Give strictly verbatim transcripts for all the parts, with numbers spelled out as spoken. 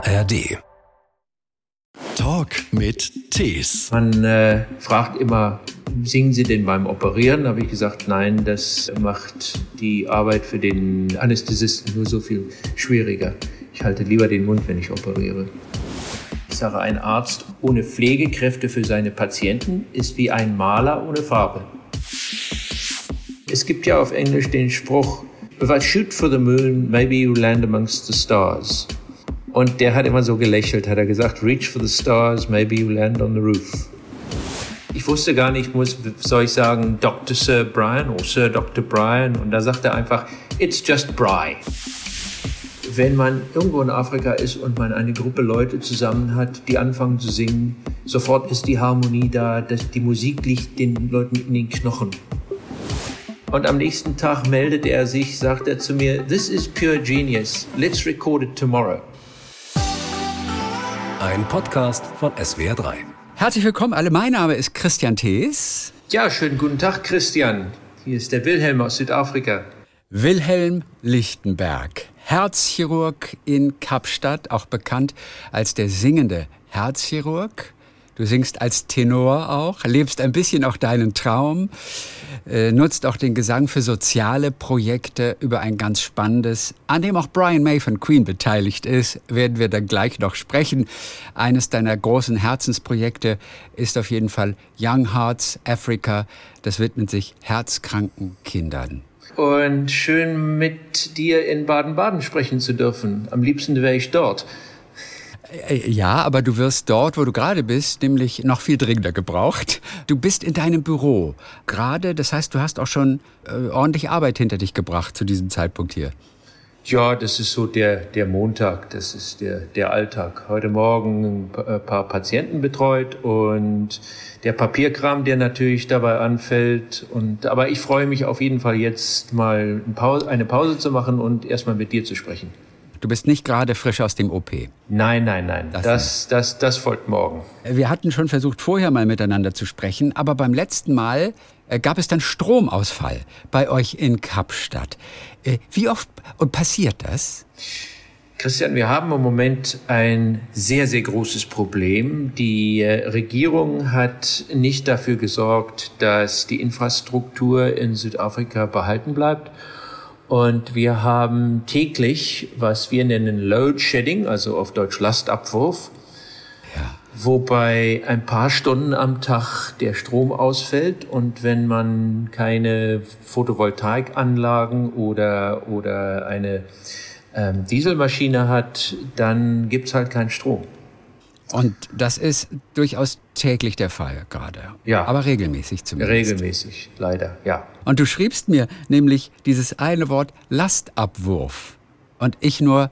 R D. Talk mit Tees. Man äh, fragt immer, singen Sie denn beim Operieren? Da habe ich gesagt, nein, das macht die Arbeit für den Anästhesisten nur so viel schwieriger. Ich halte lieber den Mund, wenn ich operiere. Ich sage, ein Arzt ohne Pflegekräfte für seine Patienten ist wie ein Maler ohne Farbe. Es gibt ja auf Englisch den Spruch, if I shoot for the moon, maybe you land amongst the stars. Und der hat immer so gelächelt, hat er gesagt, reach for the stars, maybe you land on the roof. Ich wusste gar nicht, muss, soll ich sagen, Doktor Sir Brian oder Sir Doktor Brian? Und da sagt er einfach, it's just Bry. Wenn man irgendwo in Afrika ist und man eine Gruppe Leute zusammen hat, die anfangen zu singen, sofort ist die Harmonie da, das, die Musik liegt den Leuten in den Knochen. Und am nächsten Tag meldet er sich, sagt er zu mir, this is pure genius, let's record it tomorrow. Ein Podcast von S W R drei. Herzlich willkommen alle, mein Name ist Christian Thees. Ja, schönen guten Tag, Christian. Hier ist der Wilhelm aus Südafrika. Wilhelm Lichtenberg, Herzchirurg in Kapstadt, auch bekannt als der singende Herzchirurg. Du singst als Tenor auch, lebst ein bisschen auch deinen Traum, äh, nutzt auch den Gesang für soziale Projekte über ein ganz spannendes, an dem auch Brian May von Queen beteiligt ist, werden wir dann gleich noch sprechen. Eines deiner großen Herzensprojekte ist auf jeden Fall Young Hearts Africa. Das widmet sich herzkranken Kindern. Und schön mit dir in Baden-Baden sprechen zu dürfen. Am liebsten wäre ich dort. Ja, aber du wirst dort, wo du gerade bist, nämlich noch viel dringender gebraucht. Du bist in deinem Büro gerade, das heißt, du hast auch schon äh, ordentlich Arbeit hinter dich gebracht zu diesem Zeitpunkt hier. Ja, das ist so der, der Montag, das ist der, der Alltag. Heute Morgen ein paar Patienten betreut und der Papierkram, der natürlich dabei anfällt. Und, aber ich freue mich auf jeden Fall jetzt mal eine Pause, eine Pause zu machen und erstmal mit dir zu sprechen. Du bist nicht gerade frisch aus dem O P. Nein, nein, nein. Das, das, das, das folgt morgen. Wir hatten schon versucht, vorher mal miteinander zu sprechen, aber beim letzten Mal äh, gab es dann Stromausfall bei euch in Kapstadt. Äh, wie oft passiert das? Christian, wir haben im Moment ein sehr, sehr großes Problem. Die äh, Regierung hat nicht dafür gesorgt, dass die Infrastruktur in Südafrika behalten bleibt. Und wir haben täglich, was wir nennen Load Shedding, also auf Deutsch Lastabwurf, ja. Wobei ein paar Stunden am Tag der Strom ausfällt und wenn man keine Photovoltaikanlagen oder, oder eine ähm, Dieselmaschine hat, dann gibt's halt keinen Strom. Und das ist durchaus täglich der Fall gerade. Ja. Aber regelmäßig zumindest. Regelmäßig, leider, ja. Und du schriebst mir nämlich dieses eine Wort Lastabwurf. Und ich nur,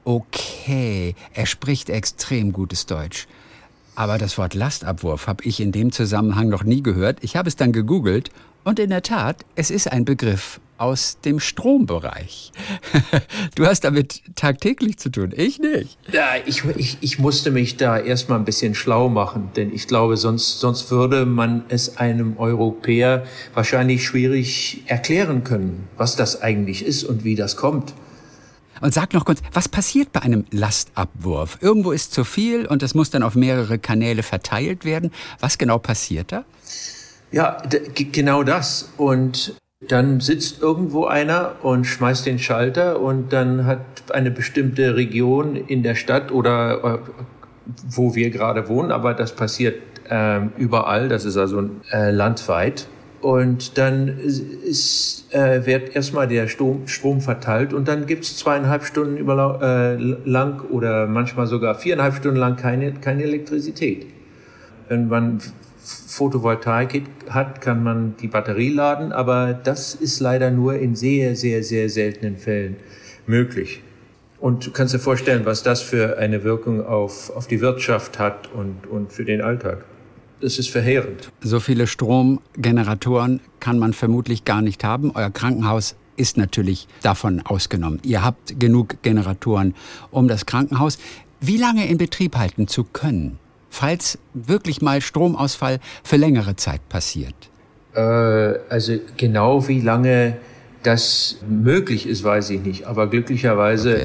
okay, er spricht extrem gutes Deutsch. Aber das Wort Lastabwurf habe ich in dem Zusammenhang noch nie gehört. Ich habe es dann gegoogelt und in der Tat, es ist ein Begriff aus dem Strombereich. Du hast damit tagtäglich zu tun, ich nicht. Ja, ich, ich, ich musste mich da erstmal ein bisschen schlau machen, denn ich glaube, sonst, sonst würde man es einem Europäer wahrscheinlich schwierig erklären können, was das eigentlich ist und wie das kommt. Und sag noch kurz, was passiert bei einem Lastabwurf? Irgendwo ist zu viel und das muss dann auf mehrere Kanäle verteilt werden. Was genau passiert da? Ja, d- g- genau das. Und dann sitzt irgendwo einer und schmeißt den Schalter und dann hat eine bestimmte Region in der Stadt oder äh, wo wir gerade wohnen, aber das passiert äh, überall, das ist also äh, landweit. Und dann ist, äh, wird erstmal der Strom, Strom verteilt und dann gibt's zweieinhalb Stunden über, äh, lang oder manchmal sogar viereinhalb Stunden lang keine, keine Elektrizität. Wenn man Photovoltaik hat, kann man die Batterie laden, aber das ist leider nur in sehr, sehr, sehr seltenen Fällen möglich. Und du kannst dir vorstellen, was das für eine Wirkung auf, auf die Wirtschaft hat und, und für den Alltag. Das ist verheerend. So viele Stromgeneratoren kann man vermutlich gar nicht haben. Euer Krankenhaus ist natürlich davon ausgenommen. Ihr habt genug Generatoren um das Krankenhaus. Wie lange in Betrieb halten zu können, falls wirklich mal Stromausfall für längere Zeit passiert? Äh, also genau wie lange das möglich ist, weiß ich nicht. Aber glücklicherweise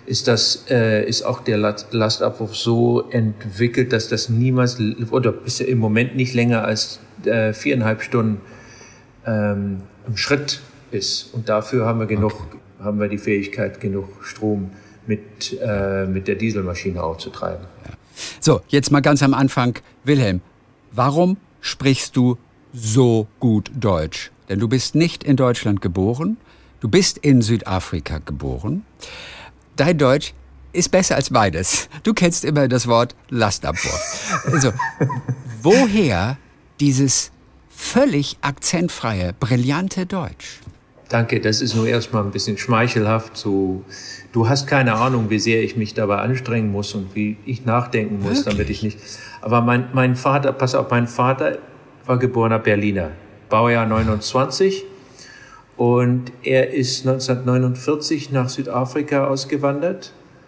ist das, äh, ist auch der Lastabwurf so entwickelt, dass das niemals, oder bisher im Moment nicht länger als äh, viereinhalb Stunden ähm, im Schritt ist. Und dafür haben wir genug, okay. haben wir die Fähigkeit, genug Strom mit, äh, mit der Dieselmaschine aufzutreiben. Ja. So, jetzt mal ganz am Anfang. Wilhelm, warum sprichst du so gut Deutsch? Denn du bist nicht in Deutschland geboren, du bist in Südafrika geboren. Dein Deutsch ist besser als beides. Du kennst immer das Wort Lastabwurf. Also, woher dieses völlig akzentfreie, brillante Deutsch? Danke, das ist nur erstmal ein bisschen schmeichelhaft. So, du hast keine Ahnung, wie sehr ich mich dabei anstrengen muss und wie ich nachdenken muss, Wirklich? damit ich nicht... Aber mein, mein Vater, pass auf, mein Vater war geborener Berliner, Baujahr neunundzwanzig. Und er ist neunzehnhundertneunundvierzig nach Südafrika ausgewandert.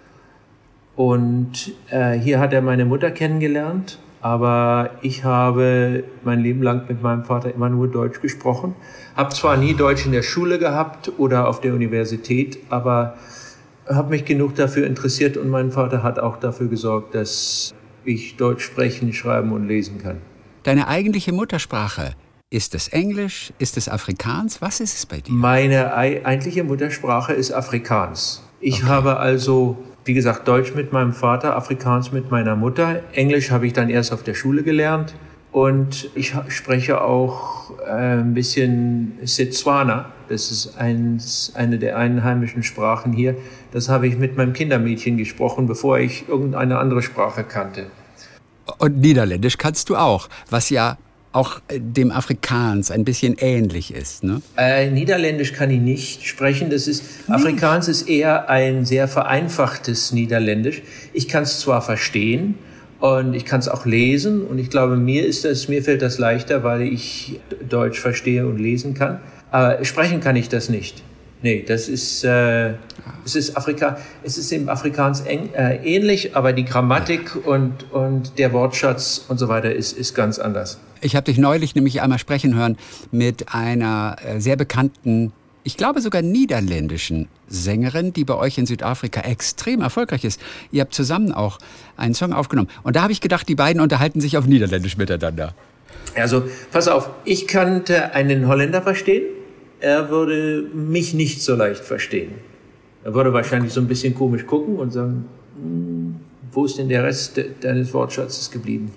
Und äh, hier hat er meine Mutter kennengelernt. Aber ich habe mein Leben lang mit meinem Vater immer nur Deutsch gesprochen. Habe zwar nie Deutsch in der Schule gehabt oder auf der Universität, aber habe mich genug dafür interessiert und mein Vater hat auch dafür gesorgt, dass ich Deutsch sprechen, schreiben und lesen kann. Deine eigentliche Muttersprache, ist es Englisch, ist es Afrikaans? Was ist es bei dir? Meine eigentliche Muttersprache ist Afrikaans. Ich okay. habe also... Wie gesagt, Deutsch mit meinem Vater, Afrikaans mit meiner Mutter. Englisch habe ich dann erst auf der Schule gelernt. Und ich spreche auch äh, ein bisschen Setswana. Das ist eins, eine der einheimischen Sprachen hier. Das habe ich mit meinem Kindermädchen gesprochen, bevor ich irgendeine andere Sprache kannte. Und Niederländisch kannst du auch, was ja auch dem Afrikaans ein bisschen ähnlich ist, ne? Äh, Niederländisch kann ich nicht sprechen. Das ist, hm. Afrikaans ist eher ein sehr vereinfachtes Niederländisch. Ich kann es zwar verstehen und ich kann es auch lesen und ich glaube, mir ist das, mir fällt das leichter, weil ich Deutsch verstehe und lesen kann. Aber sprechen kann ich das nicht. Nee, das ist, äh, es ist Afrika, es ist im Afrikaans eng, äh, ähnlich, aber die Grammatik und, und der Wortschatz und so weiter ist, ist ganz anders. Ich habe dich neulich nämlich einmal sprechen hören mit einer äh, sehr bekannten, ich glaube sogar niederländischen Sängerin, die bei euch in Südafrika extrem erfolgreich ist. Ihr habt zusammen auch einen Song aufgenommen. Und da habe ich gedacht, die beiden unterhalten sich auf Niederländisch miteinander. Also, pass auf, ich kannte einen Holländer verstehen. Er würde mich nicht so leicht verstehen. Er würde wahrscheinlich so ein bisschen komisch gucken und sagen, hm, wo ist denn der Rest de- deines Wortschatzes geblieben?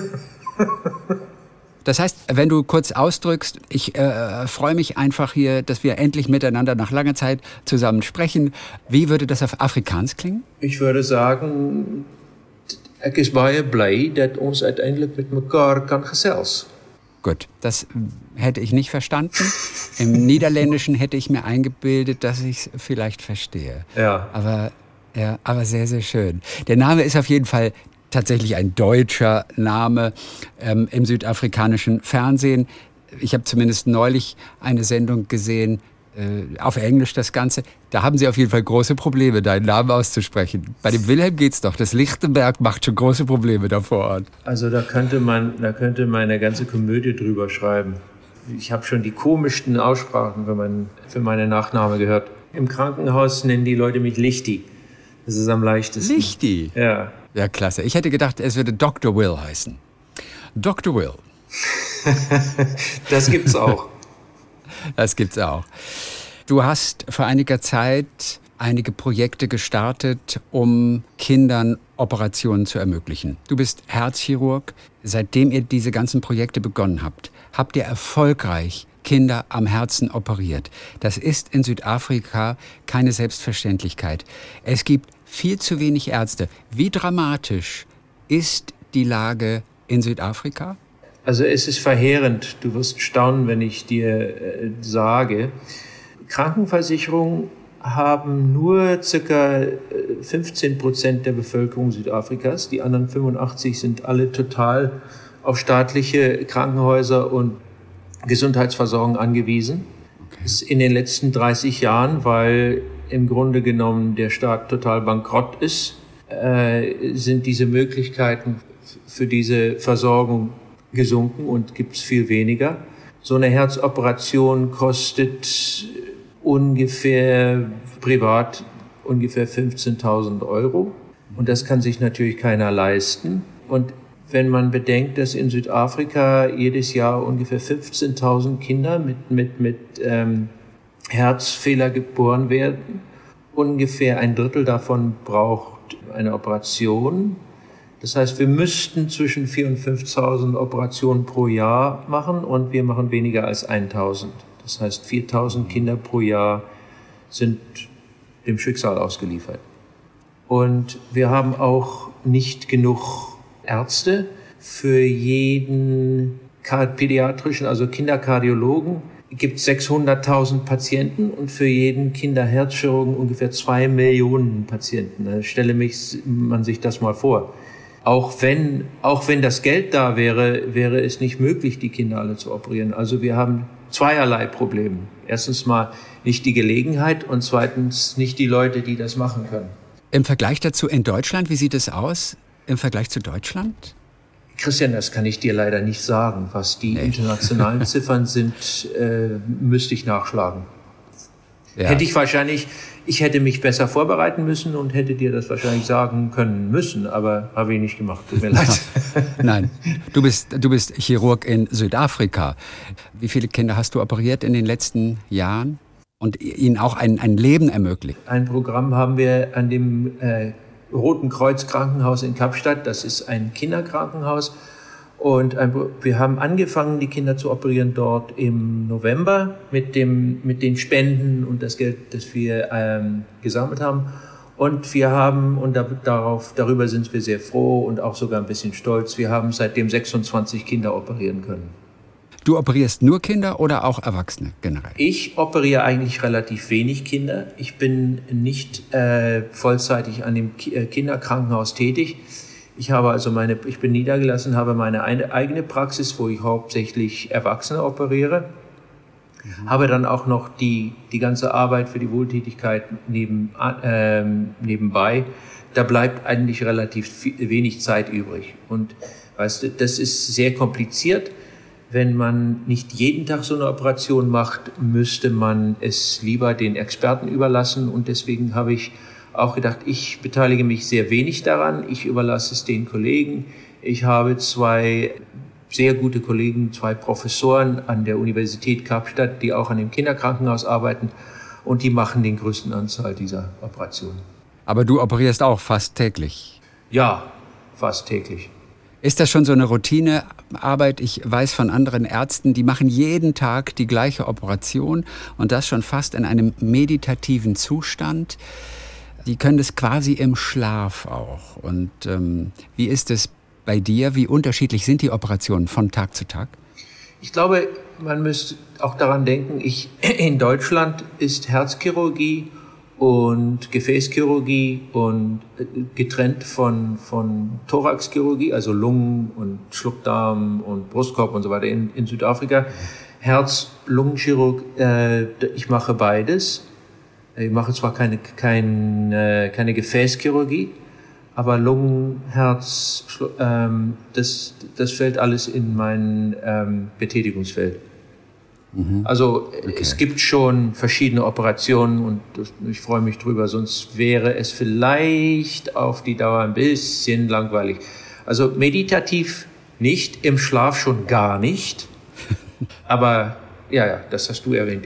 Das heißt, wenn du kurz ausdrückst, ich äh, freue mich einfach hier, dass wir endlich miteinander nach langer Zeit zusammen sprechen. Wie würde das auf Afrikaans klingen? Ich würde sagen, ek is baie bly dat ons uiteindelik met mekaar kan gesels. Gut, das hätte ich nicht verstanden. Im Niederländischen hätte ich mir eingebildet, dass ich es vielleicht verstehe. Ja. Aber, ja, aber sehr, sehr schön. Der Name ist auf jeden Fall tatsächlich ein deutscher Name ähm, im südafrikanischen Fernsehen. Ich habe zumindest neulich eine Sendung gesehen, äh, auf Englisch das Ganze. Da haben sie auf jeden Fall große Probleme, deinen Namen auszusprechen. Bei dem Wilhelm geht's doch. Das Lichtenberg macht schon große Probleme da vor Ort. Also da könnte man, da könnte man eine ganze Komödie drüber schreiben. Ich habe schon die komischsten Aussprachen für, mein, für meine Nachname gehört. Im Krankenhaus nennen die Leute mich Lichti. Das ist am leichtesten. Lichti? Ja. Ja, klasse. Ich hätte gedacht, es würde Doktor Will heißen. Doktor Will. Das gibt's auch. Das gibt's auch. Du hast vor einiger Zeit einige Projekte gestartet, um Kindern Operationen zu ermöglichen. Du bist Herzchirurg. Seitdem ihr diese ganzen Projekte begonnen habt, habt ihr erfolgreich Kinder am Herzen operiert. Das ist in Südafrika keine Selbstverständlichkeit. Es gibt viel zu wenig Ärzte. Wie dramatisch ist die Lage in Südafrika? Also es ist verheerend. Du wirst staunen, wenn ich dir äh, sage, Krankenversicherungen haben nur ca. fünfzehn Prozent der Bevölkerung Südafrikas. Die anderen fünfundachtzig sind alle total auf staatliche Krankenhäuser und Gesundheitsversorgung angewiesen. Okay. Das ist in den letzten dreißig Jahren, weil im Grunde genommen der Staat total bankrott ist, äh, sind diese Möglichkeiten für diese Versorgung gesunken und gibt es viel weniger. So eine Herzoperation kostet ungefähr privat ungefähr fünfzehntausend Euro. Und das kann sich natürlich keiner leisten. Und wenn man bedenkt, dass in Südafrika jedes Jahr ungefähr fünfzehntausend Kinder mit, mit, mit ähm, Herzfehler geboren werden, ungefähr ein Drittel davon braucht eine Operation. Das heißt, wir müssten zwischen viertausend und fünftausend Operationen pro Jahr machen und wir machen weniger als tausend. Das heißt, viertausend Kinder pro Jahr sind dem Schicksal ausgeliefert. Und wir haben auch nicht genug Ärzte für jeden pädiatrischen, also Kinderkardiologen. Es gibt sechshunderttausend Patienten und für jeden Kinderherzchirurgen ungefähr zwei Millionen Patienten. Da stelle mich, man sich das mal vor. Auch wenn, auch wenn das Geld da wäre, wäre es nicht möglich, die Kinder alle zu operieren. Also wir haben zweierlei Probleme. Erstens mal nicht die Gelegenheit und zweitens nicht die Leute, die das machen können. Im Vergleich dazu in Deutschland, wie sieht es aus im Vergleich zu Deutschland? Christian, das kann ich dir leider nicht sagen. Was die nee. internationalen Ziffern sind, äh, müsste ich nachschlagen. Ja. Hätte ich wahrscheinlich, ich hätte mich besser vorbereiten müssen und hätte dir das wahrscheinlich sagen können müssen, aber habe ich nicht gemacht. Tut mir leid. Nein, du bist, du bist Chirurg in Südafrika. Wie viele Kinder hast du operiert in den letzten Jahren und ihnen auch ein, ein Leben ermöglicht? Ein Programm haben wir an dem äh, Roten Kreuz Krankenhaus in Kapstadt. Das ist ein Kinderkrankenhaus. Und ein, wir haben angefangen, die Kinder zu operieren dort im November mit dem, mit den Spenden und das Geld, das wir ähm, gesammelt haben. Und wir haben, und da, darauf, darüber sind wir sehr froh und auch sogar ein bisschen stolz, wir haben seitdem sechsundzwanzig Kinder operieren können. Du operierst nur Kinder oder auch Erwachsene generell? Ich operiere eigentlich relativ wenig Kinder. Ich bin nicht äh, vollzeitig an dem Ki- äh, Kinderkrankenhaus tätig. Ich habe also meine, ich bin niedergelassen, habe meine eine, eigene Praxis, wo ich hauptsächlich Erwachsene operiere. Mhm. Habe dann auch noch die, die ganze Arbeit für die Wohltätigkeit neben, äh, nebenbei. Da bleibt eigentlich relativ viel, wenig Zeit übrig. Und weißt du, das ist sehr kompliziert. Wenn man nicht jeden Tag so eine Operation macht, müsste man es lieber den Experten überlassen. Und deswegen habe ich auch gedacht, ich beteilige mich sehr wenig daran. Ich überlasse es den Kollegen. Ich habe zwei sehr gute Kollegen, zwei Professoren an der Universität Kapstadt, die auch an dem Kinderkrankenhaus arbeiten. Und die machen den größten Anzahl dieser Operationen. Aber du operierst auch fast täglich? Ja, fast täglich. Ist das schon so eine Routinearbeit? Ich weiß von anderen Ärzten, die machen jeden Tag die gleiche Operation und das schon fast in einem meditativen Zustand. Die können das quasi im Schlaf auch. Und ähm, wie ist es bei dir? Wie unterschiedlich sind die Operationen von Tag zu Tag? Ich glaube, man müsste auch daran denken, ich, in Deutschland ist Herzchirurgie und Gefäßchirurgie und getrennt von, von Thoraxchirurgie, also Lungen und Schluckdarm und Brustkorb und so weiter in, in Südafrika. Herz-Lungenchirurg, äh, ich mache beides. Ich mache zwar keine, keine, keine Gefäßchirurgie, aber Lungen, Herz, ähm, das, das fällt alles in mein ähm, Betätigungsfeld. Mhm. Also okay. Es gibt schon verschiedene Operationen und das, ich freue mich drüber, sonst wäre es vielleicht auf die Dauer ein bisschen langweilig. Also meditativ nicht, im Schlaf schon gar nicht, aber ja, ja, das hast du erwähnt.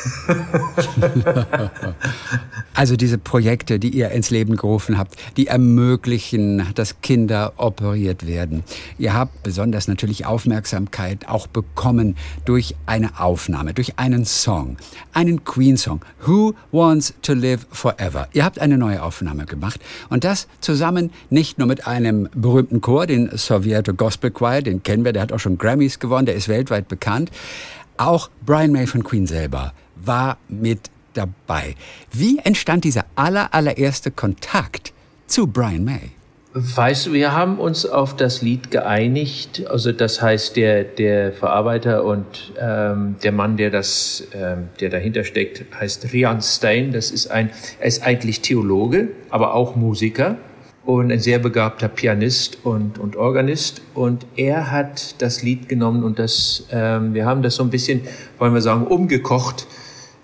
Also diese Projekte, die ihr ins Leben gerufen habt, die ermöglichen, dass Kinder operiert werden. Ihr habt besonders natürlich Aufmerksamkeit auch bekommen durch eine Aufnahme, durch einen Song, einen Queen-Song, Who Wants to Live Forever. Ihr habt eine neue Aufnahme gemacht und das zusammen nicht nur mit einem berühmten Chor, den Soweto Gospel Choir, den kennen wir, der hat auch schon Grammys gewonnen, der ist weltweit bekannt. Auch Brian May von Queen selber war mit dabei. Wie entstand dieser aller, allererste Kontakt zu Brian May? Weißt du, wir haben uns auf das Lied geeinigt. Also das heißt, der, der Verarbeiter und ähm, der Mann, der das, ähm, der dahinter steckt, heißt Rian Stein. Das ist ein, er ist eigentlich Theologe, aber auch Musiker. Und ein sehr begabter Pianist und, und Organist. Und er hat das Lied genommen und das, ähm, wir haben das so ein bisschen, wollen wir sagen, umgekocht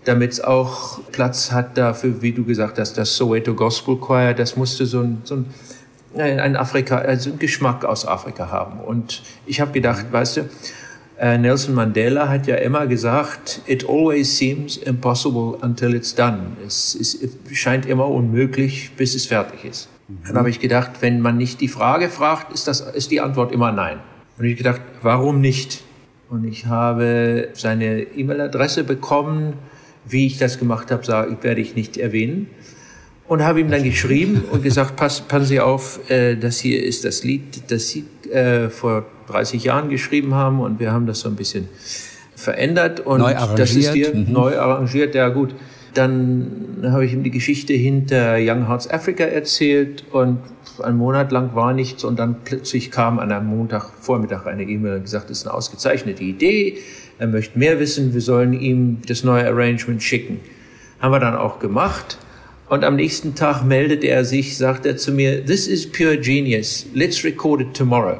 damit es auch Platz hat dafür, wie du gesagt hast, das Soweto Gospel Choir, das musste so ein, so ein, ein Afrika, also einen Geschmack aus Afrika haben. Und ich habe gedacht, weißt du, Nelson Mandela hat ja immer gesagt, it always seems impossible until it's done. Es, es, es scheint immer unmöglich, bis es fertig ist. Mhm. Dann habe ich gedacht, wenn man nicht die Frage fragt, ist, das, ist die Antwort immer nein. Und ich habe gedacht, warum nicht? Und ich habe seine E-Mail-Adresse bekommen. Wie ich das gemacht habe, sage, werde ich nicht erwähnen. Und habe ihm dann geschrieben und gesagt, pass, passen Sie auf, äh, das hier ist das Lied, das Sie äh, vor dreißig Jahren geschrieben haben und wir haben das so ein bisschen verändert. Und neu arrangiert. Das ist hier mhm. neu arrangiert, ja gut. Dann habe ich ihm die Geschichte hinter Young Hearts Africa erzählt und einen Monat lang war nichts und dann plötzlich kam an einem Montagvormittag eine E-Mail und gesagt, das ist eine ausgezeichnete Idee, er möchte mehr wissen, wir sollen ihm das neue Arrangement schicken. Haben wir dann auch gemacht. Und am nächsten Tag meldet er sich, sagt er zu mir, this is pure genius, let's record it tomorrow.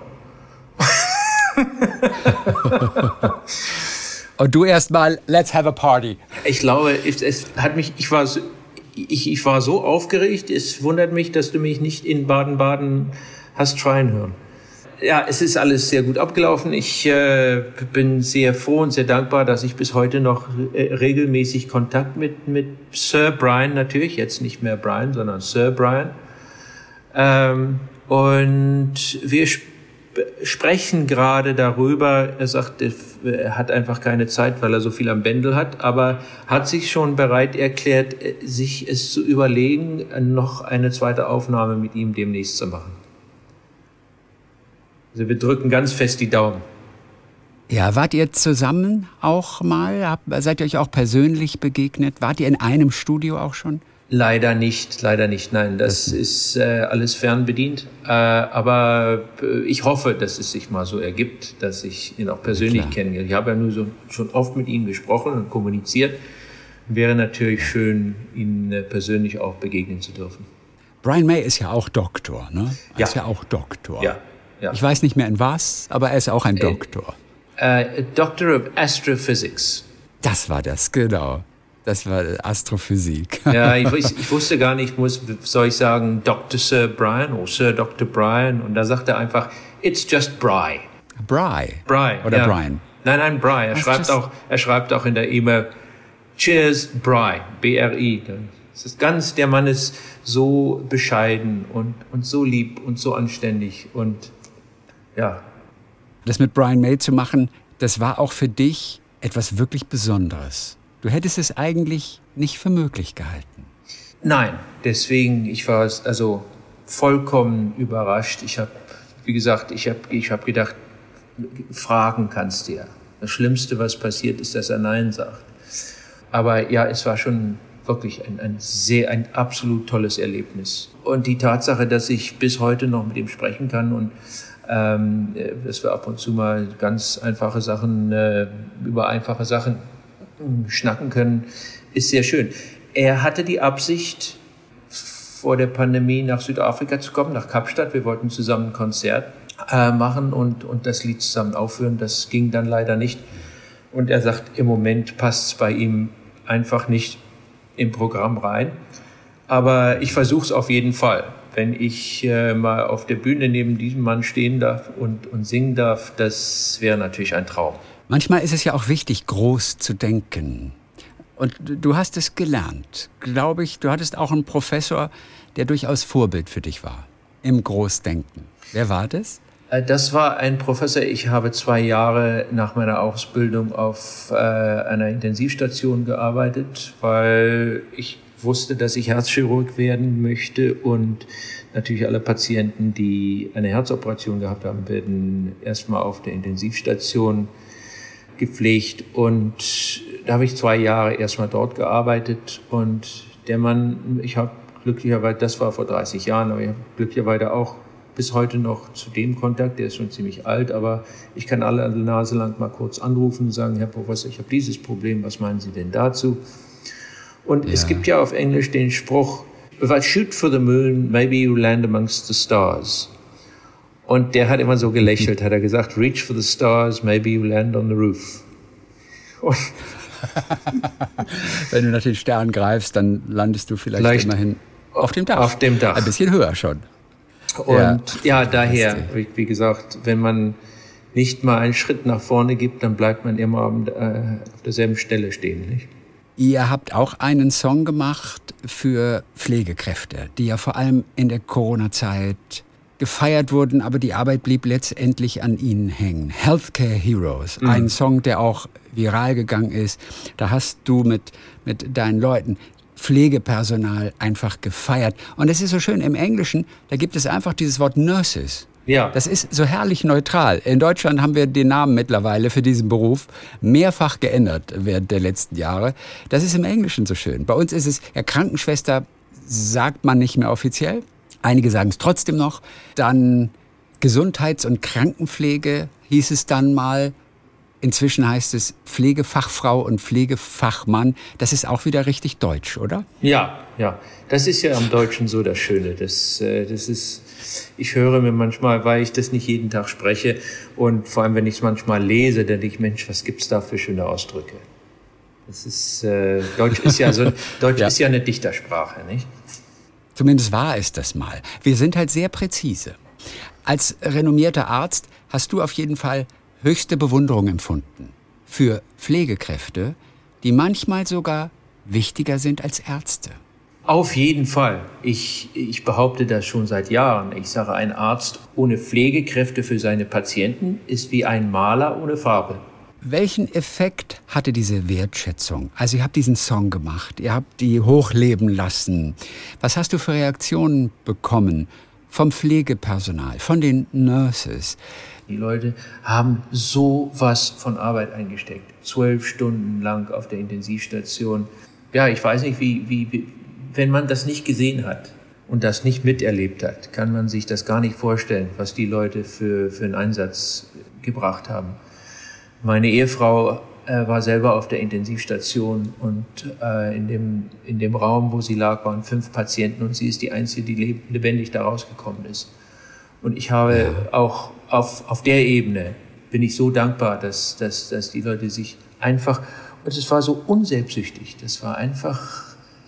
Und du erstmal, let's have a party. Ich glaube, es, es hat mich, ich war, so, ich, ich war so aufgeregt, es wundert mich, dass du mich nicht in Baden-Baden hast schreien hören. Ja, es ist alles sehr gut abgelaufen. Ich äh, bin sehr froh und sehr dankbar, dass ich bis heute noch äh, regelmäßig Kontakt mit, mit Sir Brian, natürlich, jetzt nicht mehr Brian, sondern Sir Brian. Ähm, und wir sp- sprechen gerade darüber, er sagt, er hat einfach keine Zeit, weil er so viel am Bändel hat, aber hat sich schon bereit erklärt, sich es zu überlegen, noch eine zweite Aufnahme mit ihm demnächst zu machen. Also wir drücken ganz fest die Daumen. Ja, wart ihr zusammen auch mal? Hab, seid ihr euch auch persönlich begegnet? Wart ihr in einem Studio auch schon? Leider nicht, leider nicht. Nein, das, das ist äh, alles fernbedient. Äh, aber äh, ich hoffe, dass es sich mal so ergibt, dass ich ihn auch persönlich kennenlerne. Ich habe ja nur so, schon oft mit ihm gesprochen und kommuniziert. Wäre natürlich schön, ihn äh, persönlich auch begegnen zu dürfen. Brian May ist ja auch Doktor, ne? Er ja. ist ja auch Doktor. Ja. Ja. Ich weiß nicht mehr in was, aber er ist auch ein Doktor. Äh, äh, Doctor of Astrophysics. Das war das, genau. Das war Astrophysik. Ja, ich, ich wusste gar nicht, muss, soll ich sagen Doktor Sir Brian oder Sir Doktor Brian? Und da sagt er einfach, it's just Bry. Bry. Bry. Oder ja. Brian. Nein, nein, Bry. Er schreibt, auch, er schreibt auch in der E-Mail, Cheers, Bry. B R I. Das ist ganz, der Mann ist so bescheiden und, und so lieb und so anständig und ja. Das mit Brian May zu machen, das war auch für dich etwas wirklich Besonderes. Du hättest es eigentlich nicht für möglich gehalten. Nein, deswegen, ich war also vollkommen überrascht. Ich habe, wie gesagt, ich habe ich hab gedacht, fragen kannst du ja. Das Schlimmste, was passiert, ist, dass er Nein sagt. Aber ja, es war schon wirklich ein, ein sehr, ein absolut tolles Erlebnis. Und die Tatsache, dass ich bis heute noch mit ihm sprechen kann und ähm, dass wir ab und zu mal ganz einfache Sachen, äh, über einfache Sachen schnacken können, ist sehr schön. Er hatte die Absicht, vor der Pandemie nach Südafrika zu kommen, nach Kapstadt. Wir wollten zusammen ein Konzert äh, machen und, und das Lied zusammen aufführen. Das ging dann leider nicht. Und er sagt, im Moment passt es bei ihm einfach nicht im Programm rein. Aber ich versuche es auf jeden Fall. Wenn ich äh, mal auf der Bühne neben diesem Mann stehen darf und, und singen darf, das wäre natürlich ein Traum. Manchmal ist es ja auch wichtig, groß zu denken. Und du hast es gelernt, glaube ich. Du hattest auch einen Professor, der durchaus Vorbild für dich war, im Großdenken. Wer war das? Das war ein Professor. Ich habe zwei Jahre nach meiner Ausbildung auf äh, einer Intensivstation gearbeitet, weil ich wusste, dass ich Herzchirurg werden möchte und natürlich alle Patienten, die eine Herzoperation gehabt haben, werden erstmal auf der Intensivstation gepflegt und da habe ich zwei Jahre erstmal dort gearbeitet und der Mann, ich habe glücklicherweise, das war vor dreißig Jahren, aber ich habe glücklicherweise auch bis heute noch zu dem Kontakt, der ist schon ziemlich alt, aber ich kann alle Nase lang mal kurz anrufen und sagen, Herr Professor, ich habe dieses Problem, was meinen Sie denn dazu? Und ja. Es gibt ja auf Englisch den Spruch, if I shoot for the moon, maybe you land amongst the stars. Und der hat immer so gelächelt, hat er gesagt, reach for the stars, maybe you land on the roof. Und Wenn du nach den Sternen greifst, dann landest du vielleicht, vielleicht immerhin auf dem Dach. Auf dem Dach. Ein bisschen höher schon. Und ja, ja daher, wie, wie gesagt, wenn man nicht mal einen Schritt nach vorne gibt, dann bleibt man immer auf derselben Stelle stehen, nicht? Ihr habt auch einen Song gemacht für Pflegekräfte, die ja vor allem in der Corona-Zeit gefeiert wurden, aber die Arbeit blieb letztendlich an ihnen hängen. Healthcare Heroes, mhm. ein Song, der auch viral gegangen ist. Da hast du mit, mit deinen Leuten Pflegepersonal einfach gefeiert. Und es ist so schön, im Englischen, da gibt es einfach dieses Wort Nurses. Ja. Das ist so herrlich neutral. In Deutschland haben wir den Namen mittlerweile für diesen Beruf mehrfach geändert während der letzten Jahre. Das ist im Englischen so schön. Bei uns ist es, ja, Krankenschwester sagt man nicht mehr offiziell. Einige sagen es trotzdem noch. Dann Gesundheits- und Krankenpflege hieß es dann mal. Inzwischen heißt es Pflegefachfrau und Pflegefachmann. Das ist auch wieder richtig deutsch, oder? Ja, ja. Das ist ja am Deutschen so das Schöne. Das, das ist, ich höre mir manchmal, weil ich das nicht jeden Tag spreche und vor allem, wenn ich es manchmal lese, dann denke ich, Mensch, was gibt's da für schöne Ausdrücke? Das ist, äh, Deutsch ist ja so, Deutsch ja. ist ja eine Dichtersprache, nicht? Zumindest war es das mal. Wir sind halt sehr präzise. Als renommierter Arzt hast du auf jeden Fall höchste Bewunderung empfunden für Pflegekräfte, die manchmal sogar wichtiger sind als Ärzte. Auf jeden Fall. Ich, ich behaupte das schon seit Jahren. Ich sage, ein Arzt ohne Pflegekräfte für seine Patienten ist wie ein Maler ohne Farbe. Welchen Effekt hatte diese Wertschätzung? Also ihr habt diesen Song gemacht, ihr habt die hochleben lassen. Was hast du für Reaktionen bekommen vom Pflegepersonal, von den Nurses? Die Leute haben so was von Arbeit eingesteckt. Zwölf Stunden lang auf der Intensivstation. Ja, ich weiß nicht, wie, wie, wie, wenn man das nicht gesehen hat und das nicht miterlebt hat, kann man sich das gar nicht vorstellen, was die Leute für, für einen Einsatz gebracht haben. Meine Ehefrau äh, war selber auf der Intensivstation und äh, in dem, in dem Raum, wo sie lag, waren fünf Patienten und sie ist die Einzige, die lebendig da rausgekommen ist. Und ich habe ja. auch auf, auf der Ebene bin ich so dankbar, dass, dass, dass die Leute sich einfach, und es war so unselbsüchtig, das war einfach,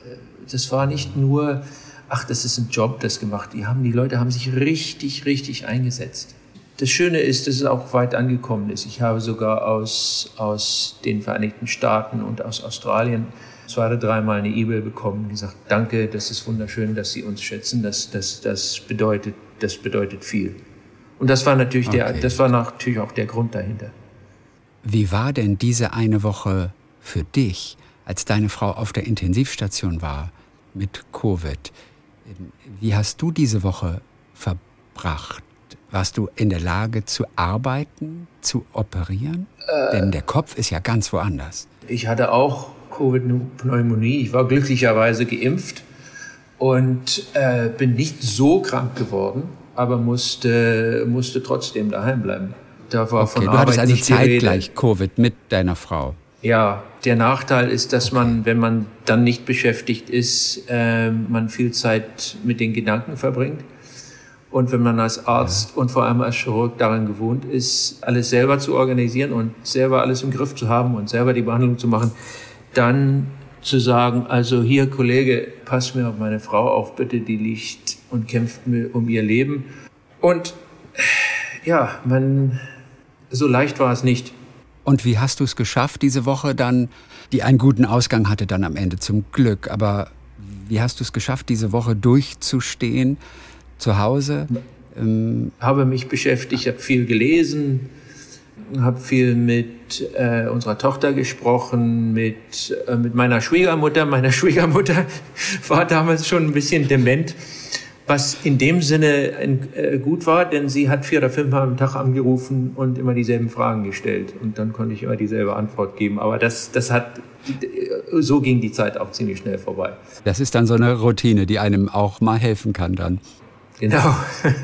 das war nicht nur, ach, das ist ein Job, das gemacht, die haben, die Leute haben sich richtig, richtig eingesetzt. Das Schöne ist, dass es auch weit angekommen ist. Ich habe sogar aus, aus den Vereinigten Staaten und aus Australien zwei oder dreimal eine E-Mail bekommen und gesagt, danke, das ist wunderschön, dass Sie uns schätzen, das, das, das bedeutet, das bedeutet viel. Und das war natürlich okay. der, das war natürlich auch der Grund dahinter. Wie war denn diese eine Woche für dich, als deine Frau auf der Intensivstation war mit Covid? Wie hast du diese Woche verbracht? Warst du in der Lage zu arbeiten, zu operieren? Äh, Denn der Kopf ist ja ganz woanders. Ich hatte auch Covid-Pneumonie. Ich war glücklicherweise geimpft und äh, bin nicht so krank geworden, aber musste, musste trotzdem daheim bleiben. Da war okay, von du Arbeit hattest also nicht die Rede. zeitgleich Covid mit deiner Frau? Ja, der Nachteil ist, dass okay. man, wenn man dann nicht beschäftigt ist, äh, man viel Zeit mit den Gedanken verbringt. Und wenn man als Arzt ja. und vor allem als Chirurg daran gewohnt ist, alles selber zu organisieren und selber alles im Griff zu haben und selber die Behandlung zu machen, dann zu sagen, also hier, Kollege, pass mir auf meine Frau auf, bitte, die liegt und kämpft mir um ihr Leben. Und ja, man, so leicht war es nicht. Und wie hast du es geschafft, diese Woche dann, die einen guten Ausgang hatte dann am Ende zum Glück, aber wie hast du es geschafft, diese Woche durchzustehen? Zu Hause? Ähm habe mich beschäftigt, ich habe viel gelesen, habe viel mit äh, unserer Tochter gesprochen, mit, äh, mit meiner Schwiegermutter. Meine Schwiegermutter war damals schon ein bisschen dement, was in dem Sinne äh, gut war, denn sie hat vier oder fünfmal am Tag angerufen und immer dieselben Fragen gestellt. Und dann konnte ich immer dieselbe Antwort geben. Aber das, das hat, so ging die Zeit auch ziemlich schnell vorbei. Das ist dann so eine Routine, die einem auch mal helfen kann dann. Genau.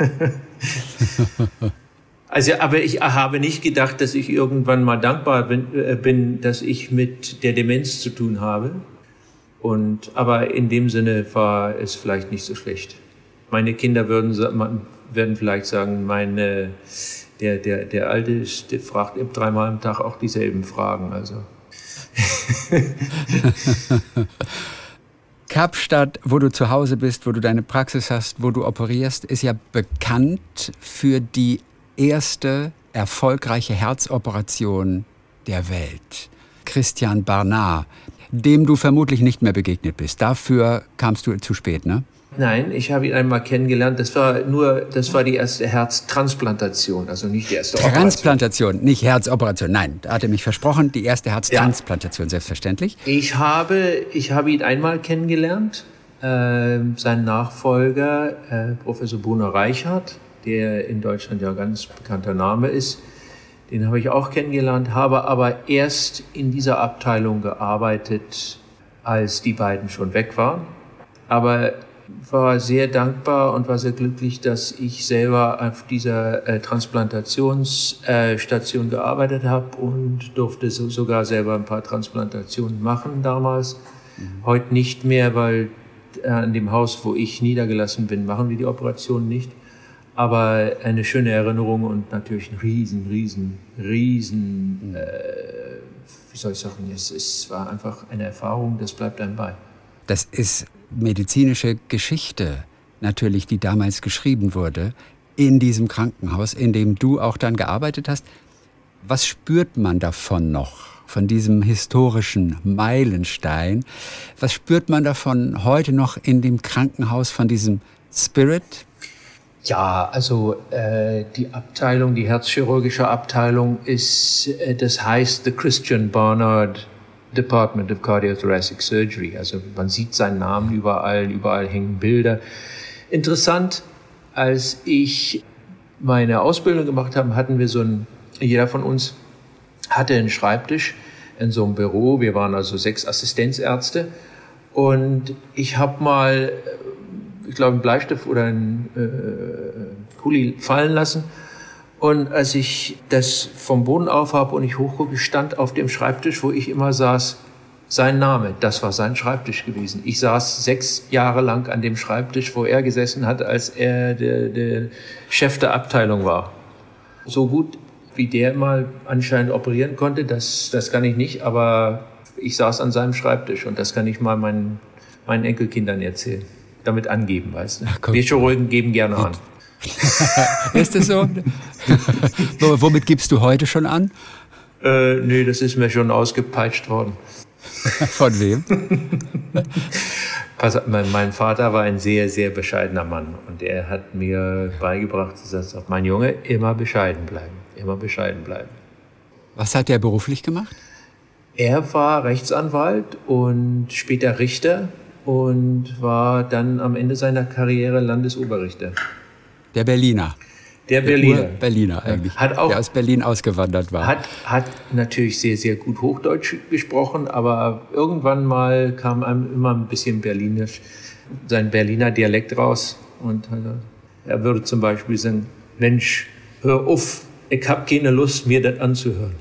Also, aber ich habe nicht gedacht, dass ich irgendwann mal dankbar bin, äh, bin, dass ich mit der Demenz zu tun habe. Und, aber in dem Sinne war es vielleicht nicht so schlecht. Meine Kinder würden, werden vielleicht sagen, meine, der, der, der Alte ist, der fragt dreimal am Tag auch dieselben Fragen. Also, Kapstadt, wo du zu Hause bist, wo du deine Praxis hast, wo du operierst, ist ja bekannt für die erste erfolgreiche Herzoperation der Welt. Christian Barnard, dem du vermutlich nicht mehr begegnet bist. Dafür kamst du zu spät, ne? Nein, ich habe ihn einmal kennengelernt. Das war nur, das war die erste Herztransplantation, also nicht die erste Operation. Transplantation, nicht Herzoperation. Nein, da hat er mich versprochen, die erste Herztransplantation, ja. Selbstverständlich. Ich habe, ich habe ihn einmal kennengelernt, äh, sein Nachfolger, äh, Professor Bruno Reichardt, der in Deutschland ja ein ganz bekannter Name ist. Den habe ich auch kennengelernt, habe aber erst in dieser Abteilung gearbeitet, als die beiden schon weg waren. Aber war sehr dankbar und war sehr glücklich, dass ich selber auf dieser äh, Transplantationsstation äh, gearbeitet habe und durfte so, sogar selber ein paar Transplantationen machen damals. Mhm. Heute nicht mehr, weil äh, an dem Haus, wo ich niedergelassen bin, machen wir die Operation nicht. Aber eine schöne Erinnerung und natürlich ein riesen, riesen, riesen, äh, wie soll ich sagen, es, es war einfach eine Erfahrung, das bleibt einem bei. Das ist medizinische Geschichte natürlich, die damals geschrieben wurde, in diesem Krankenhaus, in dem du auch dann gearbeitet hast. Was spürt man davon noch, von diesem historischen Meilenstein? Was spürt man davon heute noch in dem Krankenhaus, von diesem Spirit? Ja, also äh, die Abteilung, die herzchirurgische Abteilung ist, äh, das heißt The Christian Barnard Department of Cardiothoracic Surgery. Also man sieht seinen Namen überall, überall hängen Bilder. Interessant, als ich meine Ausbildung gemacht habe, hatten wir so ein, jeder von uns hatte einen Schreibtisch in so einem Büro. Wir waren also sechs Assistenzärzte und ich habe mal, ich glaube, einen Bleistift oder einen äh, Kuli fallen lassen. Und als ich das vom Boden auf habe und ich hochgucke, stand auf dem Schreibtisch, wo ich immer saß, sein Name. Das war sein Schreibtisch gewesen. Ich saß sechs Jahre lang an dem Schreibtisch, wo er gesessen hat, als er der, der Chef der Abteilung war. So gut, wie der mal anscheinend operieren konnte, das, das kann ich nicht. Aber ich saß an seinem Schreibtisch und das kann ich mal meinen, meinen Enkelkindern erzählen. Damit angeben, weißt du. Ach, wir Chirurgen geben gerne an. Ist das so? Womit gibst du heute schon an? Äh, nee, das ist mir schon ausgepeitscht worden. Von wem? Pass, mein, mein Vater war ein sehr, sehr bescheidener Mann. Und er hat mir beigebracht, dass mein Junge immer bescheiden bleiben. Immer bescheiden bleiben. Was hat er beruflich gemacht? Er war Rechtsanwalt und später Richter und war dann am Ende seiner Karriere Landesoberrichter. Der Berliner. Der Berliner. Der Berliner eigentlich, hat auch, der aus Berlin ausgewandert war. Hat, hat natürlich sehr, sehr gut Hochdeutsch gesprochen, aber irgendwann mal kam einem immer ein bisschen Berlinisch, sein Berliner Dialekt raus. Und er würde zum Beispiel sagen, Mensch, hör auf, ich hab keine Lust, mir das anzuhören.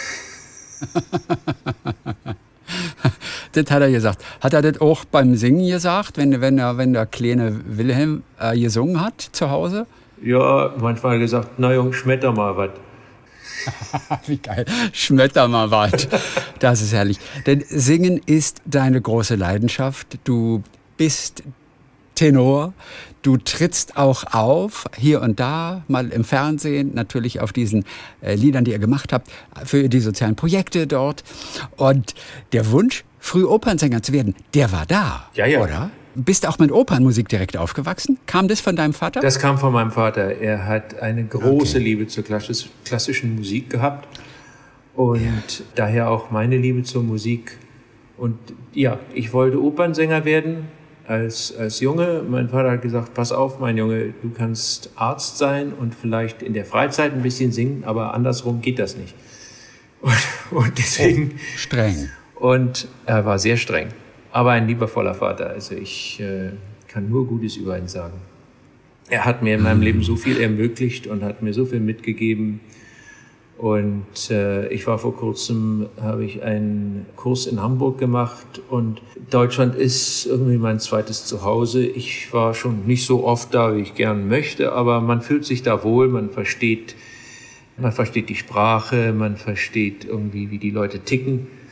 Das hat er gesagt. Hat er das auch beim Singen gesagt, wenn, wenn, er, wenn der kleine Wilhelm äh, gesungen hat zu Hause? Ja, manchmal gesagt, na Jung, schmetter mal was. Wie geil, schmetter mal was. Das ist herrlich. Denn Singen ist deine große Leidenschaft. Du bist Tenor. Du trittst auch auf, hier und da, mal im Fernsehen, natürlich auf diesen äh, Liedern, die ihr gemacht habt, für die sozialen Projekte dort. Und der Wunsch, früh Opernsänger zu werden, der war da, ja, ja. Oder? Bist du auch mit Opernmusik direkt aufgewachsen? Kam das von deinem Vater? Das kam von meinem Vater. Er hat eine große okay. Liebe zur klassisch, klassischen Musik gehabt. Und ja. daher auch meine Liebe zur Musik. Und ja, ich wollte Opernsänger werden. Als, als Junge, mein Vater hat gesagt, pass auf, mein Junge, du kannst Arzt sein und vielleicht in der Freizeit ein bisschen singen, aber andersrum geht das nicht. Und, und deswegen... Oh, streng. Und er war sehr streng, aber ein liebevoller Vater. Also ich äh, kann nur Gutes über ihn sagen. Er hat mir in meinem Leben so viel ermöglicht und hat mir so viel mitgegeben. Und äh, ich war vor kurzem, habe ich einen Kurs in Hamburg gemacht und Deutschland ist irgendwie mein zweites Zuhause. Ich war schon nicht so oft da, wie ich gern möchte, aber man fühlt sich da wohl, man versteht, man versteht die Sprache, man versteht irgendwie, wie die Leute ticken.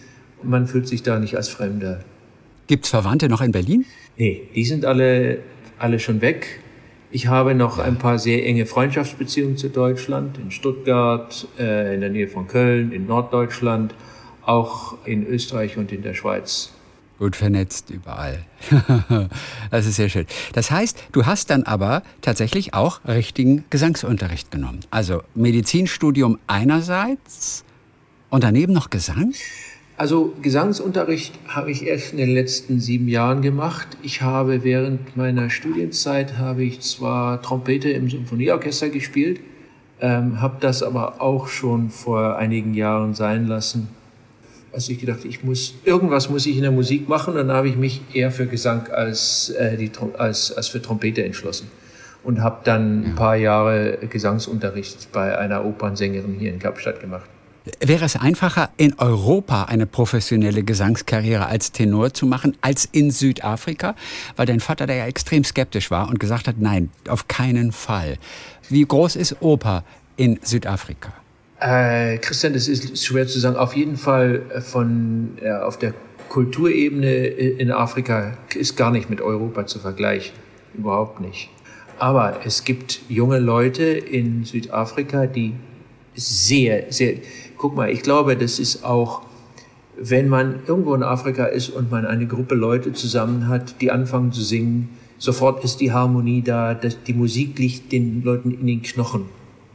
Man fühlt sich da nicht als Fremder. Gibt's Verwandte noch in Berlin? Nee, die sind alle, alle schon weg. Ich habe noch ein paar sehr enge Freundschaftsbeziehungen zu Deutschland, in Stuttgart, äh, in der Nähe von Köln, in Norddeutschland, auch in Österreich und in der Schweiz. Gut vernetzt überall. Das ist sehr schön. Das heißt, du hast dann aber tatsächlich auch richtigen Gesangsunterricht genommen. Also Medizinstudium einerseits und daneben noch Gesang? Also Gesangsunterricht habe ich erst in den letzten sieben Jahren gemacht. Ich habe während meiner Studienzeit habe ich zwar Trompete im Symphonieorchester gespielt, ähm, habe das aber auch schon vor einigen Jahren sein lassen. Also ich gedacht, ich muss irgendwas muss ich in der Musik machen, und dann habe ich mich eher für Gesang als äh, die als als für Trompete entschlossen und habe dann ein paar Jahre Gesangsunterricht bei einer Opernsängerin hier in Kapstadt gemacht. Wäre es einfacher, in Europa eine professionelle Gesangskarriere als Tenor zu machen, als in Südafrika? Weil dein Vater da ja extrem skeptisch war und gesagt hat, nein, auf keinen Fall. Wie groß ist Oper in Südafrika? Äh, Christian, das ist schwer zu sagen. Auf jeden Fall von äh, auf der Kulturebene in Afrika ist gar nicht mit Europa zu vergleichen. Überhaupt nicht. Aber es gibt junge Leute in Südafrika, die sehr, sehr... Guck mal, ich glaube, das ist auch, wenn man irgendwo in Afrika ist und man eine Gruppe Leute zusammen hat, die anfangen zu singen, sofort ist die Harmonie da, das, die Musik liegt den Leuten in den Knochen.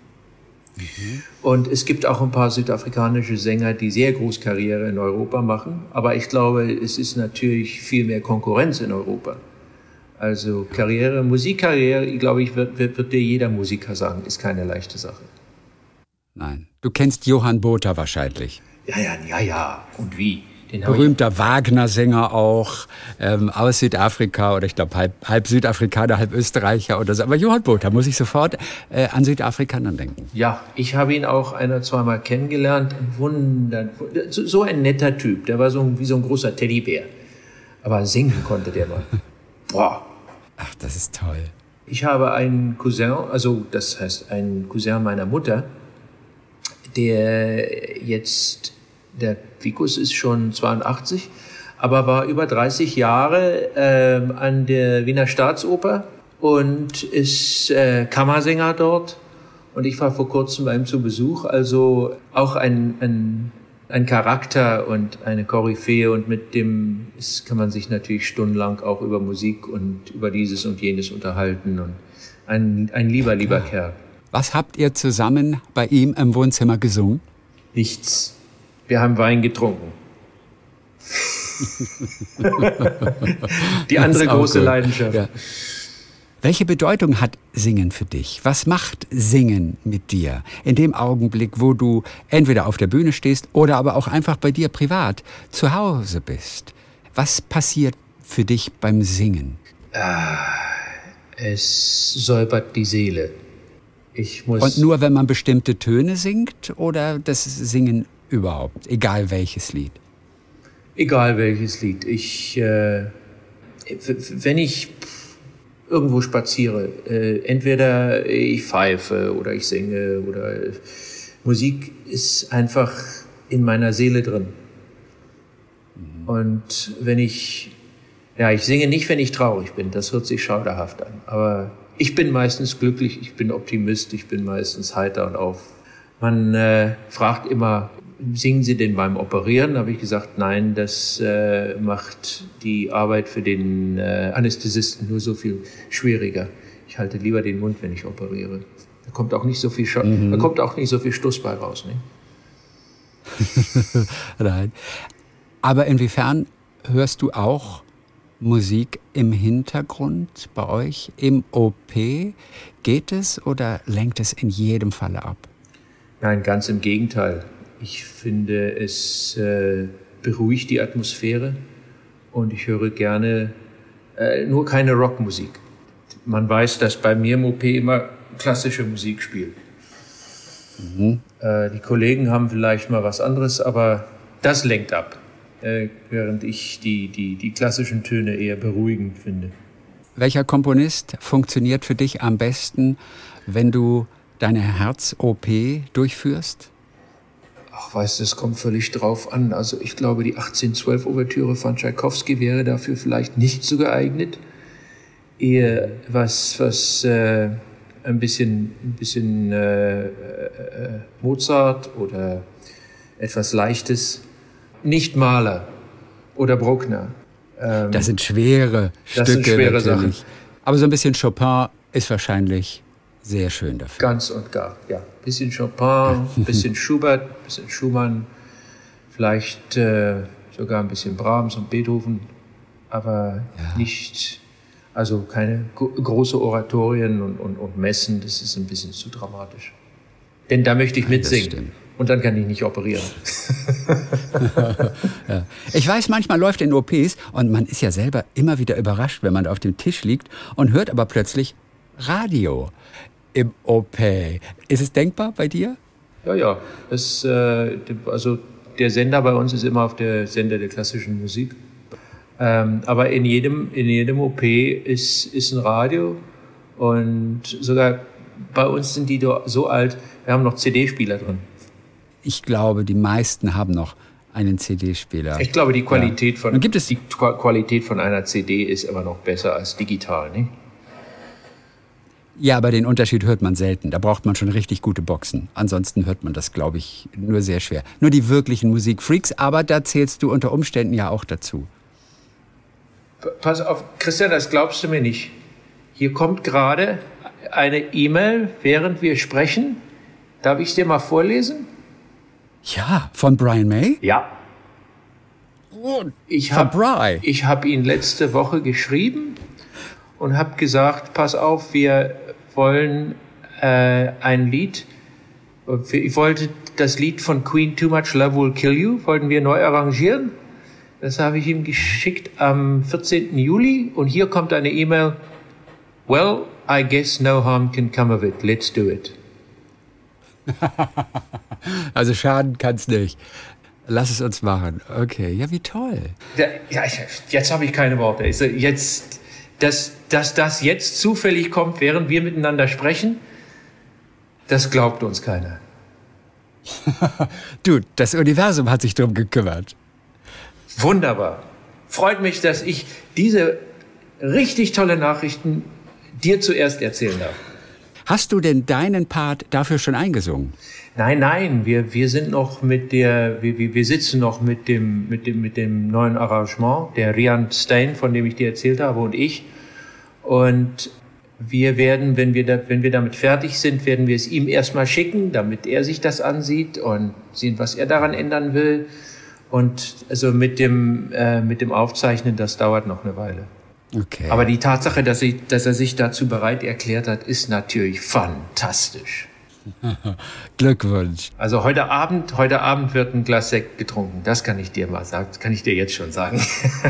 Mhm. Und es gibt auch ein paar südafrikanische Sänger, die sehr groß Karriere in Europa machen, aber ich glaube, es ist natürlich viel mehr Konkurrenz in Europa. Also Karriere, Musikkarriere, glaube ich, wird, wird, wird dir jeder Musiker sagen, ist keine leichte Sache. Nein. Du kennst Johann Botha wahrscheinlich. Ja, ja, ja, ja. Und wie? Den Berühmter Wagner-Sänger auch, ähm, aus Südafrika, oder ich glaube halb, halb Südafrikaner, halb Österreicher oder so. Aber Johann Botha, muss ich sofort äh, an Südafrikaner denken. Ja, ich habe ihn auch ein oder zweimal kennengelernt. Ein Wunder, so ein netter Typ. Der war so wie so ein großer Teddybär. Aber singen konnte der mal. Boah. Ach, das ist toll. Ich habe einen Cousin, also das heißt einen Cousin meiner Mutter, der jetzt, der Vikus ist schon zweiundachtzig, aber war über dreißig Jahre äh, an der Wiener Staatsoper und ist äh, Kammersänger dort. Und ich war vor kurzem bei ihm zu Besuch, also auch ein, ein, ein Charakter und eine Koryphäe, und mit dem ist, kann man sich natürlich stundenlang auch über Musik und über dieses und jenes unterhalten, und ein, ein lieber, lieber Kerl. Was habt ihr zusammen bei ihm im Wohnzimmer gesungen? Nichts. Wir haben Wein getrunken. Die andere große Leidenschaft. Ja. Welche Bedeutung hat Singen für dich? Was macht Singen mit dir? In dem Augenblick, wo du entweder auf der Bühne stehst oder aber auch einfach bei dir privat zu Hause bist. Was passiert für dich beim Singen? Ah, es säubert die Seele. Ich muss Und nur, wenn man bestimmte Töne singt, oder das Singen überhaupt, egal welches Lied? Egal welches Lied. Ich, äh, wenn ich irgendwo spaziere, äh, entweder ich pfeife oder ich singe, oder äh, Musik ist einfach in meiner Seele drin. Mhm. Und wenn ich, ja, ich singe nicht, wenn ich traurig bin, das hört sich schauderhaft an, aber ich bin meistens glücklich, ich bin Optimist, ich bin meistens heiter und auf. Man äh, fragt immer, singen Sie denn beim Operieren? Da habe ich gesagt, nein, das äh, macht die Arbeit für den äh, Anästhesisten nur so viel schwieriger. Ich halte lieber den Mund, wenn ich operiere. Da kommt auch nicht so viel, Sch- mhm. da kommt auch nicht so viel Stuss bei raus. Ne? Nein. Aber inwiefern hörst du auch Musik im Hintergrund bei euch im O P? Geht es oder lenkt es in jedem Falle ab? Nein, ganz im Gegenteil. Ich finde, es äh, beruhigt die Atmosphäre, und ich höre gerne äh, nur keine Rockmusik. Man weiß, dass bei mir im O P immer klassische Musik spielt. Mhm. Äh, die Kollegen haben vielleicht mal was anderes, aber das lenkt ab. Äh, während ich die, die, die klassischen Töne eher beruhigend finde. Welcher Komponist funktioniert für dich am besten, wenn du deine Herz-O P durchführst? ach, weißt du, es kommt völlig drauf an. Also ich glaube, die achtzehnhundertzwölf-Ouvertüre von Tschaikowski wäre dafür vielleicht nicht so geeignet. Eher was, was äh, ein bisschen, ein bisschen äh, äh, Mozart oder etwas Leichtes. Nicht Mahler oder Bruckner. Ähm, das sind schwere das Stücke sind schwere natürlich. Sachen. Aber so ein bisschen Chopin ist wahrscheinlich sehr schön dafür. Ganz und gar, ja. Bisschen Chopin, bisschen Schubert, bisschen Schumann, vielleicht äh, sogar ein bisschen Brahms und Beethoven, aber ja. nicht, also keine go- große Oratorien und, und, und Messen, das ist ein bisschen zu dramatisch. Denn da möchte ich mitsingen und dann kann ich nicht operieren. Ja. Ich weiß, manchmal läuft in O Ps und man ist ja selber immer wieder überrascht, wenn man auf dem Tisch liegt und hört aber plötzlich Radio im O P. Ist es denkbar bei dir? Ja, ja. Es, äh, also der Sender bei uns ist immer auf der Sender der klassischen Musik. Ähm, aber in jedem, in jedem O P ist, ist ein Radio und sogar bei uns sind die so alt, wir haben noch C D-Spieler drin. Ich glaube, die meisten haben noch einen C D-Spieler. Ich glaube, die Qualität, ja. von, gibt es die Qualität von einer C D ist immer noch besser als digital, nicht? Ja, aber den Unterschied hört man selten. Da braucht man schon richtig gute Boxen. Ansonsten hört man das, glaube ich, nur sehr schwer. Nur die wirklichen Musikfreaks, aber da zählst du unter Umständen ja auch dazu. Pass auf, Christian, das glaubst du mir nicht. Hier kommt gerade eine E-Mail, während wir sprechen. Darf ich es dir mal vorlesen? Ja, von Brian May? Ja. Ich habe ich hab ihn letzte Woche geschrieben und habe gesagt, pass auf, wir wollen äh, ein Lied, ich wollte das Lied von Queen, Too Much Love Will Kill You, wollten wir neu arrangieren. Das habe ich ihm geschickt am vierzehnten Juli und hier kommt eine E-Mail. Well, I guess no harm can come of it. Let's do it. Also schaden kann's nicht. Lass es uns machen. Okay, ja, wie toll. Ja, ja jetzt habe ich keine Worte. Jetzt, dass, dass das jetzt zufällig kommt, während wir miteinander sprechen, das glaubt uns keiner. Du, das Universum hat sich drum gekümmert. Wunderbar. Freut mich, dass ich diese richtig tolle Nachrichten dir zuerst erzählen darf. Hast du denn deinen Part dafür schon eingesungen? Nein, nein, wir, wir sind noch mit der, wir, wir sitzen noch mit dem, mit dem, mit dem neuen Arrangement, der Rian Stein, von dem ich dir erzählt habe, und ich. Und wir werden, wenn wir da, wenn wir damit fertig sind, werden wir es ihm erstmal schicken, damit er sich das ansieht und sehen, was er daran ändern will. Und also mit dem, äh, mit dem Aufzeichnen, das dauert noch eine Weile. Okay. Aber die Tatsache, dass, ich, dass er sich dazu bereit erklärt hat, ist natürlich fantastisch. Glückwunsch. Also heute Abend, heute Abend wird ein Glas Sekt getrunken. Das kann ich dir mal sagen. Das kann ich dir jetzt schon sagen.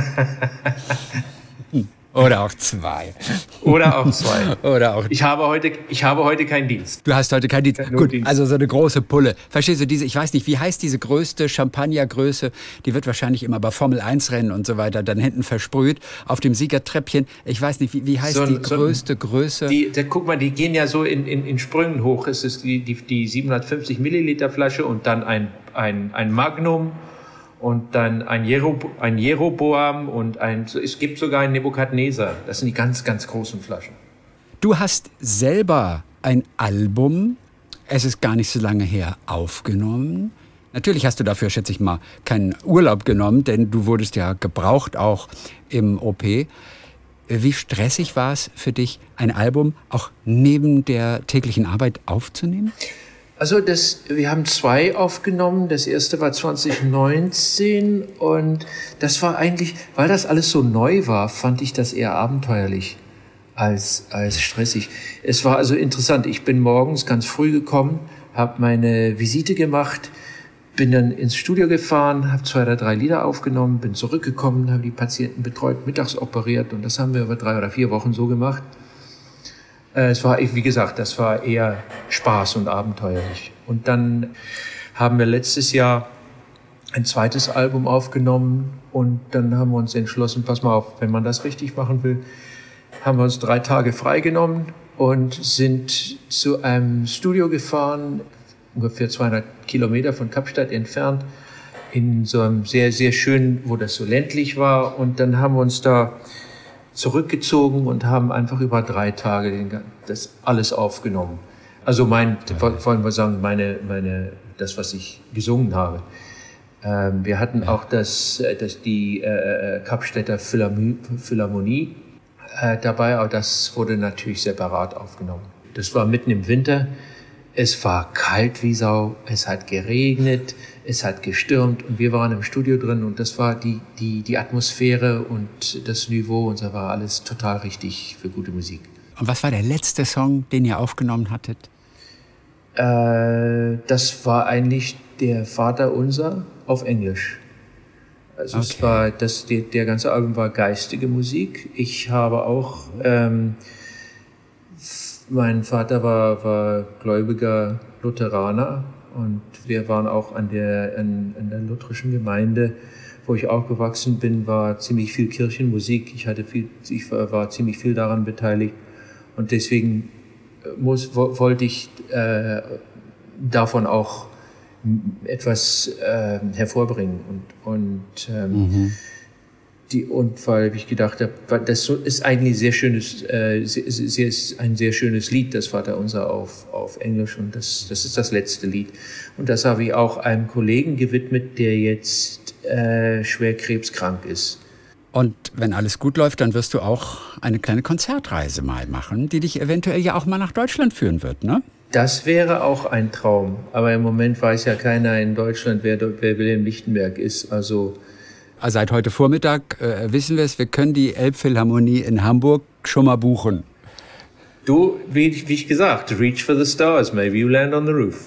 Oder auch zwei. Oder auch zwei. Oder auch. Ich habe heute, ich habe heute keinen Dienst. Du hast heute keinen Dienst. Nur Gut, Dienst. also so eine große Pulle. Verstehst du diese, ich weiß nicht, wie heißt diese größte Champagnergröße? Die wird wahrscheinlich immer bei Formel eins Rennen und so weiter dann hinten versprüht auf dem Siegertreppchen. Ich weiß nicht, wie, wie heißt So, die so, größte Größe? Die, da, guck mal, die gehen ja so in, in, in Sprüngen hoch. Es ist die, die, die siebenhundertfünfzig Milliliter Flasche und dann ein, ein, ein Magnum. Und dann ein, Jerob- ein Jeroboam und ein, es gibt sogar einen Nebukadnezar. Das sind die ganz, ganz großen Flaschen. Du hast selber ein Album, es ist gar nicht so lange her, aufgenommen. Natürlich hast du dafür, schätze ich mal, keinen Urlaub genommen, denn du wurdest ja gebraucht auch im O P. Wie stressig war es für dich, ein Album auch neben der täglichen Arbeit aufzunehmen? Also das, wir haben zwei aufgenommen. Das erste war zwanzig neunzehn und das war eigentlich, weil das alles so neu war, fand ich das eher abenteuerlich als, als stressig. Es war also interessant. Ich bin morgens ganz früh gekommen, habe meine Visite gemacht, bin dann ins Studio gefahren, habe zwei oder drei Lieder aufgenommen, bin zurückgekommen, habe die Patienten betreut, mittags operiert und das haben wir über drei oder vier Wochen so gemacht. Es war, wie gesagt, das war eher Spaß und abenteuerlich. Und dann haben wir letztes Jahr ein zweites Album aufgenommen und dann haben wir uns entschlossen, pass mal auf, wenn man das richtig machen will, haben wir uns drei Tage freigenommen und sind zu einem Studio gefahren ungefähr zweihundert Kilometer von Kapstadt entfernt, in so einem sehr, sehr schönen, wo das so ländlich war. Und dann haben wir uns da zurückgezogen und haben einfach über drei Tage das alles aufgenommen. Also mein, wollen wir sagen, meine, meine, das, was ich gesungen habe. Ähm, wir hatten ja. auch das, das, die äh, Kapstädter Philharmonie äh, dabei, aber das wurde natürlich separat aufgenommen. Das war mitten im Winter. Es war kalt wie Sau, es hat geregnet, es hat gestürmt und wir waren im Studio drin und das war die, die, die Atmosphäre und das Niveau und so war alles total richtig für gute Musik. Und was war der letzte Song, den ihr aufgenommen hattet? Äh, das war eigentlich der Vater Unser auf Englisch. Also okay. es war, das, der, der ganze Album war geistige Musik. Ich habe auch, ähm, mein Vater war, war gläubiger Lutheraner und wir waren auch an der, an, an der lutherischen Gemeinde, wo ich aufgewachsen bin, war ziemlich viel Kirchenmusik. Ich hatte viel, ich war, war ziemlich viel daran beteiligt und deswegen muss, wollte ich äh, davon auch etwas äh, hervorbringen und und ähm, mhm. die und weil ich gedacht habe, das ist eigentlich sehr schönes, äh, sehr, sehr, ist ein sehr schönes Lied, das Vaterunser auf auf Englisch und das das ist das letzte Lied und das habe ich auch einem Kollegen gewidmet, der jetzt äh, schwer krebskrank ist. Und wenn alles gut läuft, dann wirst du auch eine kleine Konzertreise mal machen, die dich eventuell ja auch mal nach Deutschland führen wird, ne? Das wäre auch ein Traum. Aber im Moment weiß ja keiner in Deutschland, wer, wer Wilhelm Lichtenberg ist. Also, also seit heute Vormittag äh, wissen wir es, wir können die Elbphilharmonie in Hamburg schon mal buchen. Du, wie, wie ich gesagt, reach for the stars, maybe you land on the roof.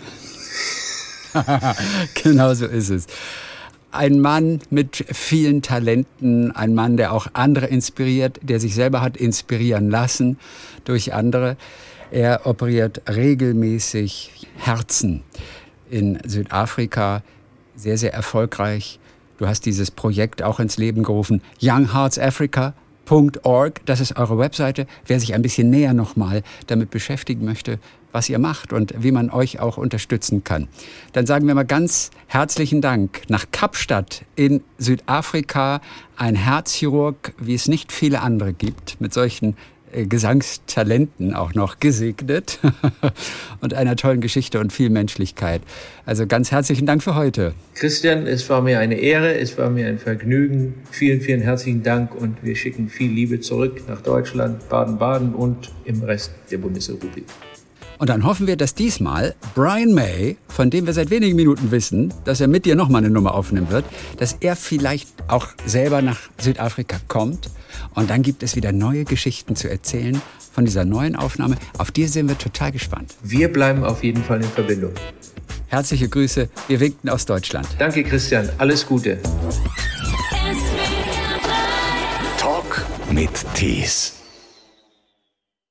Genau so ist es. Ein Mann mit vielen Talenten, ein Mann, der auch andere inspiriert, der sich selber hat inspirieren lassen durch andere. Er operiert regelmäßig Herzen in Südafrika, sehr, sehr erfolgreich. Du hast dieses Projekt auch ins Leben gerufen, young hearts africa punkt org. Das ist eure Webseite. Wer sich ein bisschen näher nochmal damit beschäftigen möchte, was ihr macht und wie man euch auch unterstützen kann. Dann sagen wir mal ganz herzlichen Dank nach Kapstadt in Südafrika. Ein Herzchirurg, wie es nicht viele andere gibt, mit solchen Gesangstalenten auch noch gesegnet und einer tollen Geschichte und viel Menschlichkeit. Also ganz herzlichen Dank für heute. Christian, es war mir eine Ehre, es war mir ein Vergnügen. Vielen, vielen herzlichen Dank und wir schicken viel Liebe zurück nach Deutschland, Baden-Baden und im Rest der Bundesrepublik. Und dann hoffen wir, dass diesmal Brian May, von dem wir seit wenigen Minuten wissen, dass er mit dir nochmal eine Nummer aufnehmen wird, dass er vielleicht auch selber nach Südafrika kommt. Und dann gibt es wieder neue Geschichten zu erzählen von dieser neuen Aufnahme. Auf die sind wir total gespannt. Wir bleiben auf jeden Fall in Verbindung. Herzliche Grüße, wir winken aus Deutschland. Danke, Christian. Alles Gute. Talk mit Tees.